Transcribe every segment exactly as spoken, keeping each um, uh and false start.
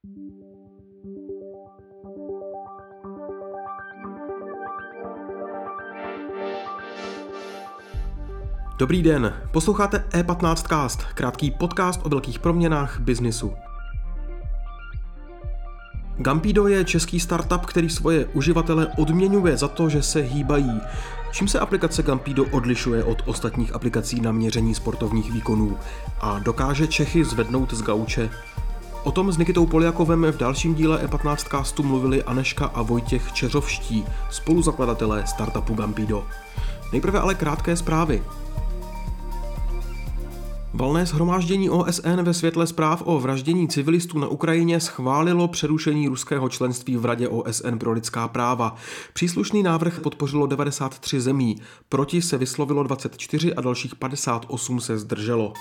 Dobrý den, posloucháte E patnáct Cast, krátký podcast o velkých proměnách biznisu. Gampedo je český startup, který svoje uživatele odměňuje za to, že se hýbají. Čím se aplikace Gampedo odlišuje od ostatních aplikací na měření sportovních výkonů a dokáže Čechy zvednout z gauče? O tom s Nikitou Poljakovem v dalším díle E patnáct Castu mluvili Anežka a Vojtěch Čeřovští, spoluzakladatelé startupu Gampedo. Nejprve ale krátké zprávy. Valné shromáždění O S N ve světle zpráv o vraždění civilistů na Ukrajině schválilo přerušení ruského členství v Radě O S N pro lidská práva. Příslušný návrh podpořilo devadesát tři zemí, proti se vyslovilo dvacet čtyři a dalších padesát osm se zdrželo.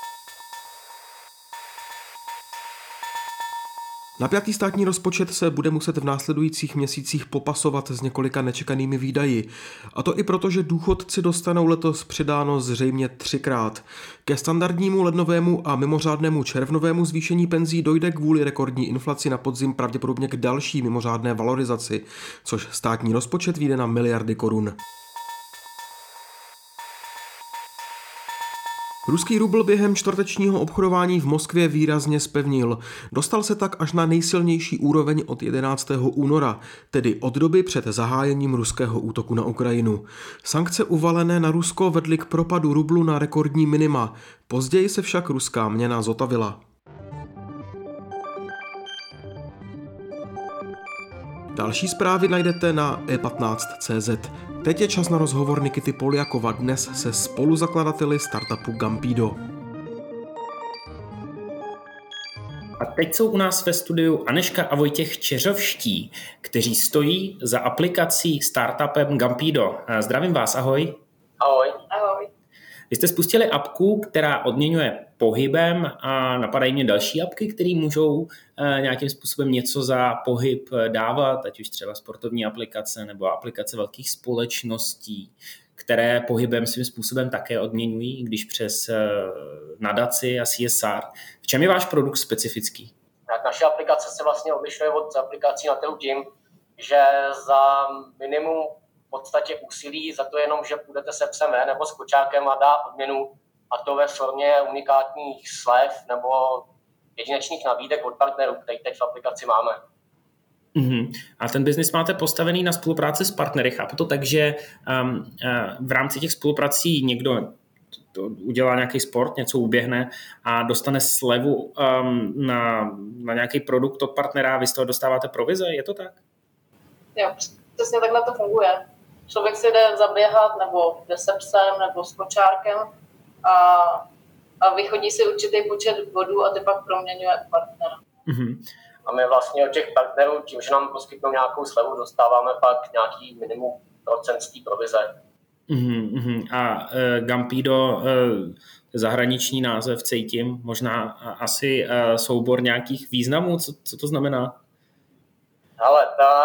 Napjatý státní rozpočet se bude muset v následujících měsících popasovat s několika nečekanými výdaji. A to i proto, že důchodci dostanou letos přidáno zřejmě třikrát. Ke standardnímu lednovému a mimořádnému červnovému zvýšení penzí dojde kvůli rekordní inflaci na podzim pravděpodobně k další mimořádné valorizaci, což státní rozpočet vyjde na miliardy korun. Ruský rubl během čtvrtečního obchodování v Moskvě výrazně zpevnil. Dostal se tak až na nejsilnější úroveň od jedenáctého února, tedy od doby před zahájením ruského útoku na Ukrajinu. Sankce uvalené na Rusko vedly k propadu rublu na rekordní minima. Později se však ruská měna zotavila. Další zprávy najdete na e patnáct tečka cé zet. Teď je čas na rozhovor Nikity Poljakova, dnes se spoluzakladateli startupu Gampedo. A teď jsou u nás ve studiu Anežka a Vojtěch Čeřovští, kteří stojí za aplikací startupem Gampedo. Zdravím vás, ahoj. Ahoj. Ahoj. Vy jste spustili apku, která odměňuje pohybem a napadají mě další apky, které můžou nějakým způsobem něco za pohyb dávat, ať už třeba sportovní aplikace nebo aplikace velkých společností, které pohybem svým způsobem také odměňují, když přes nadaci a C S R. V čem je váš produkt specifický? Tak naše aplikace se vlastně odlišuje od aplikací na trhu tím, že za minimum v podstatě úsilí za to jenom, že půjdete se psem nebo s kočárkem a dá odměnu, a to ve formě unikátních slev nebo jedinečných nabídek od partnerů, který teď v aplikaci máme. Uhum. A ten biznis máte postavený na spolupráci s partnery. Chápu to tak, že um, uh, v rámci těch spoluprací někdo to udělá nějaký sport, něco uběhne a dostane slevu um, na, na nějaký produkt od partnera a vy z toho dostáváte provize, je to tak? Jo, přesně takhle to funguje. Člověk si jde zaběhat, nebo jde se psem, nebo s kočárkem a, a vychodí si určitý počet bodů a ty pak proměňuje partnera. Mm-hmm. A my vlastně od těch partnerů, tím, že nám poskytnou nějakou slevu, dostáváme pak nějaký minimum procent z té provize. Mm-hmm. A uh, Gampedo, uh, zahraniční název cítím, možná uh, asi uh, soubor nějakých významů, co, co to znamená? Ale ta,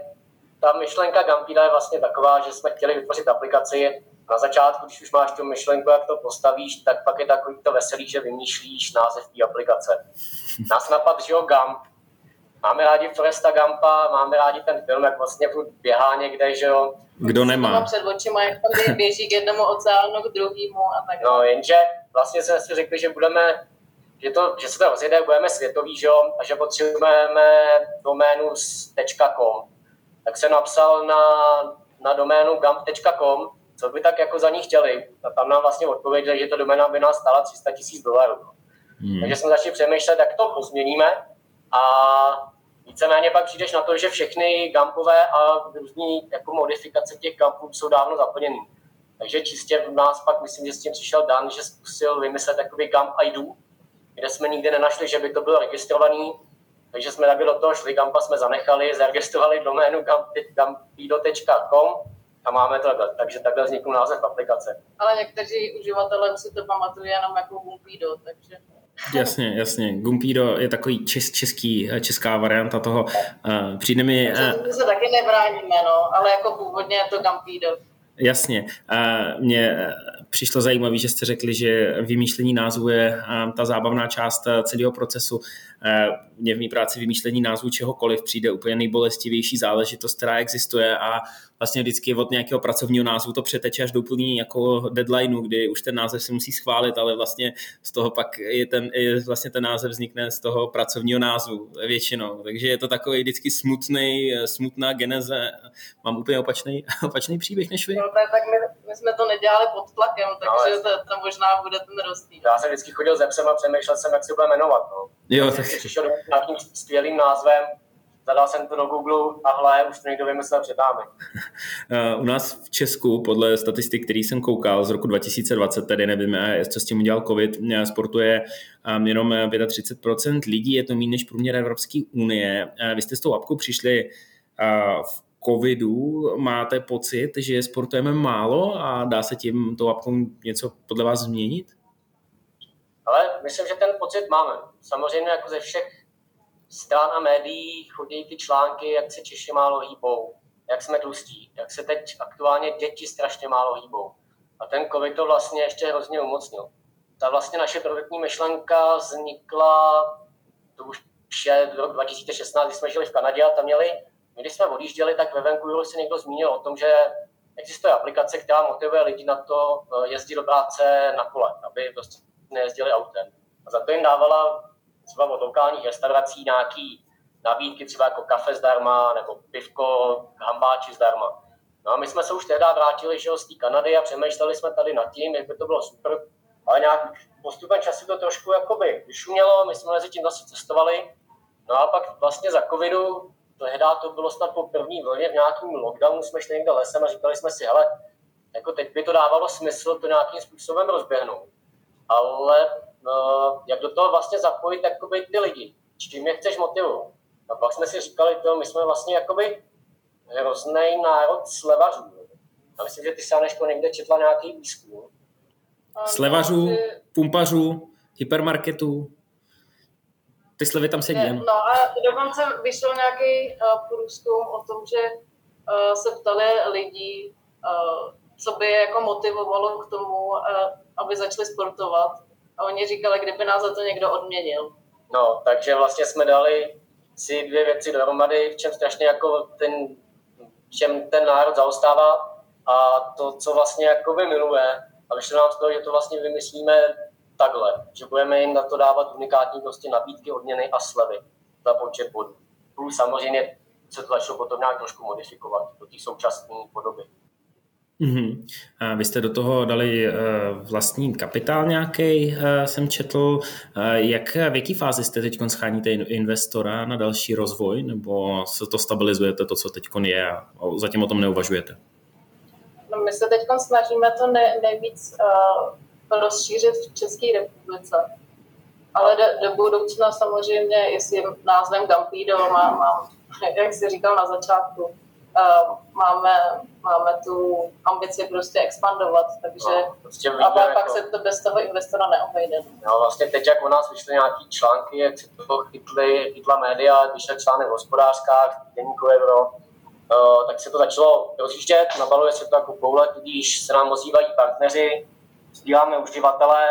ta myšlenka Gampedo je vlastně taková, že jsme chtěli vytvořit aplikaci. Na začátku, když už máš tu myšlenku, jak to postavíš, tak pak je takový to veselý, že vymýšlíš název té aplikace. Nás napad, že jo, Gump. Máme rádi Foresta Gumpa, máme rádi ten film, jak vlastně běhá někde, že jo. Kdo nemá? Před očima, jak tam běží k jednomu oceánu, k druhému a tak. No jenže vlastně jsme si řekli, že budeme, že, to, že se to rozjede, budeme světový, že jo, a že potřebujeme doménu .com. Tak jsem napsal na, na doménu gump tečka com, co by tak jako za ní chtěli. A tam nám vlastně odpověděli, že ta doména by nás stála tři sta tisíc dolarů. Hmm. Takže jsme začali přemýšlet, jak to pozměníme a víceméně pak přijdeš na to, že všechny gumpové a různý jako modifikace těch gumpů jsou dávno zaplněný. Takže čistě v nás pak myslím, že s tím přišel Dan, že zkusil vymyslet takový Gump I D, kde jsme nikdy nenašli, že by to bylo registrovaný. Takže jsme takhle do toho šli, Gampa jsme zanechali, zaregistrovali doménu gampedo tečka com a máme to takhle. Takže takhle vznikl název aplikace. Ale někteří uživatelé si to pamatují jenom jako Gampedo, takže... Jasně, jasně. Gampedo je takový čes, český, česká varianta toho. Uh, přijde mi... Uh... To se taky nebráníme, no, ale jako původně je to Gampedo. Jasně. Mně přišlo zajímavé, že jste řekli, že vymýšlení názvu je ta zábavná část celého procesu. Mně v mý práci vymýšlení názvu čehokoliv přijde úplně nejbolestivější záležitost, která existuje a vlastně vždycky od nějakého pracovního názvu to přeteče až do úplný jako deadlineu, kdy už ten název se musí schválit, ale vlastně z toho pak je ten, je vlastně ten název vznikne z toho pracovního názvu většinou. Takže je to takový vždycky smutný, smutná geneze. Mám úplně opačný, opačný příběh než vy. No, tak my, my jsme to nedělali pod tlakem, takže to, to možná bude ten rozdíl. Já jsem vždycky chodil ze psem a přemýšlel jsem, jak se bude jmenovat. No. Jo, tak jsem přišel nějakým skvělým názvem, zadal jsem to do Google a hle, už to někdo vymyslel před námi. U nás v Česku, podle statistik, který jsem koukal z roku dva tisíce dvacet, tedy nevím, co s tím udělal covid, sportuje jenom třicet pět procent lidí, je to méně než průměr Evropské unie. Vy jste s tou apkou přišli v covidu, máte pocit, že sportujeme málo a dá se tím tou apkou něco podle vás změnit? Ale myslím, že ten pocit máme. Samozřejmě jako ze všech stran a médií chodí ty články, jak se Češi málo hýbou, jak jsme tlustí, jak se teď aktuálně děti strašně málo hýbou. A ten covid to vlastně ještě hrozně umocnil. Ta vlastně naše prvotní myšlenka vznikla, to už je rok dva tisíce šestnáct, kdy jsme žili v Kanadě a tam měli, my když jsme odjížděli, tak ve Vancouveru se někdo zmínil o tom, že existuje aplikace, která motivuje lidi na to jezdit do práce na kole, aby prostě nejezdili autem. A za to jim dávala třeba od lokálních restaurací nějaký nabídky, třeba jako kafe zdarma nebo pivko, hambáči zdarma. No a my jsme se už tehdy vrátili že, z té Kanady a přemýšleli jsme tady nad tím, jak by to bylo super, ale nějak postupem času to trošku jakoby vyšumělo, my jsme mezi tím zase cestovali. No a pak vlastně za covidu, tehdy to bylo snad po první vlně, v nějakém lockdownu jsme šli někde lesem a říkali jsme si, hele, jako teď by to dávalo smysl to nějakým způsobem rozběhnout. Ale no, jak do toho vlastně zapojit jakoby, ty lidi, čím je chceš motivovat. A pak jsme si říkali, to, my jsme vlastně jakoby hrozný národ slevařů. A myslím, že ty se Anežko někde četla nějaký výzkum. Slevařů, pumpařů, hypermarketů. Ty slevy tam sedí, ano. No a dokonce vyšel nějaký uh, průzkum o tom, že uh, se ptali lidí, uh, co by je jako motivovalo k tomu, uh, aby začali sportovat. A oni říkali, kdyby nás za to někdo odměnil. No, takže vlastně jsme dali si dvě věci dohromady, v čem strašně jako ten, v čem ten národ zaostává a to, co vlastně jako miluje. A vyšlo nám z toho, že to vlastně vymyslíme takhle, že budeme jim na to dávat unikátní prostě nabídky, odměny a slevy za počet bodů. Plus samozřejmě se to začalo potom nějak trošku modifikovat do té současné podoby. Mm-hmm. A vy jste do toho dali uh, vlastní kapitál nějaký, uh, jsem četl. Uh, jak, v jaký fázi jste teď scháníte investora na další rozvoj, nebo se to stabilizujete, to, co teď je a zatím o tom neuvažujete? No, my se teď snažíme to ne, nejvíc uh, rozšířit v České republice. Ale do, do budoucna samozřejmě, jestli názvem Gampido mám, mám, jak jsi říkal na začátku, uh, máme, máme tu ambici prostě expandovat, takže no, prostě a pak, jako... pak se to bez toho investora neobejde. No vlastně teď, jak u nás vyšly nějaký články, jak se to chytly, chytla média, vyšel článek v Hospodářkách, Deníku Euro, uh, tak se to začalo rozjíždět, nabaluje se to jako koule, tudíž se nám ozývají partneři, sdíláme uživatelé,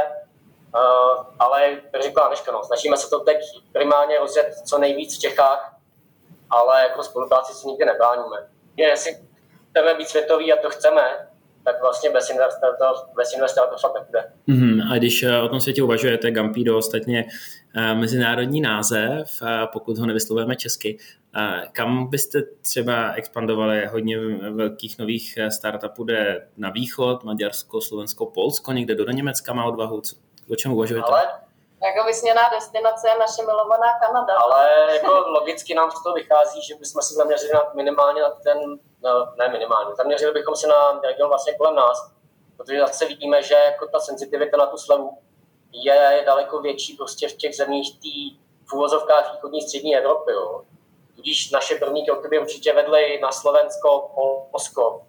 uh, ale jak řekla Anežka, no, snažíme se to teď primárně rozjet co nejvíc v Čechách, ale jako spolupráci si nikdy nebráníme. Jestli chceme být světový a to chceme, tak vlastně bez investora to, bez investora to fakt nepůjde. Mm-hmm. A když o tom světě uvažujete, Gampido ostatně mezinárodní název, pokud ho nevyslovujeme česky, kam byste třeba expandovali? Hodně velkých nových startupů jde na východ, Maďarsko, Slovensko, Polsko, někde do Německa má odvahu. O čem uvažujete? Ale jako vysněná destinace je naše milovaná Kanada. Ale jako logicky nám z toho vychází, že bychom se zaměřili na minimálně na ten, no, ne minimálně, zaměřili bychom se na region vlastně kolem nás, protože zase vidíme, že jako ta senzitivita na tu slevu je daleko větší prostě v těch zemích té v úvozovkách východní střední Evropy. Jo. Tudíž naše první kroky by určitě vedly na Slovensko, Polsko.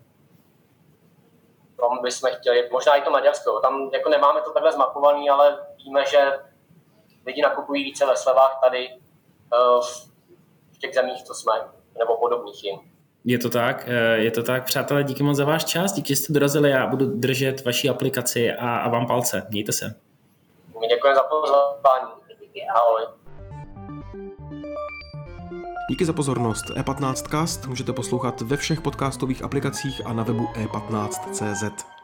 Tam bychom chtěli, možná i to Maďarsko. Tam jako nemáme to takhle zmapovaný, ale víme, že lidi nakupují více ve slevách tady v těch zemích, co jsme, nebo podobných jim. Je to tak, je to tak. Přátelé, díky moc za váš čas, díky, že jste dorazili, já budu držet vaši aplikaci a, a vám palce. Mějte se. My děkujeme za pozvání. Ahoj. Díky za pozornost. E patnáct cast můžete poslouchat ve všech podcastových aplikacích a na webu e patnáct tečka cé zet.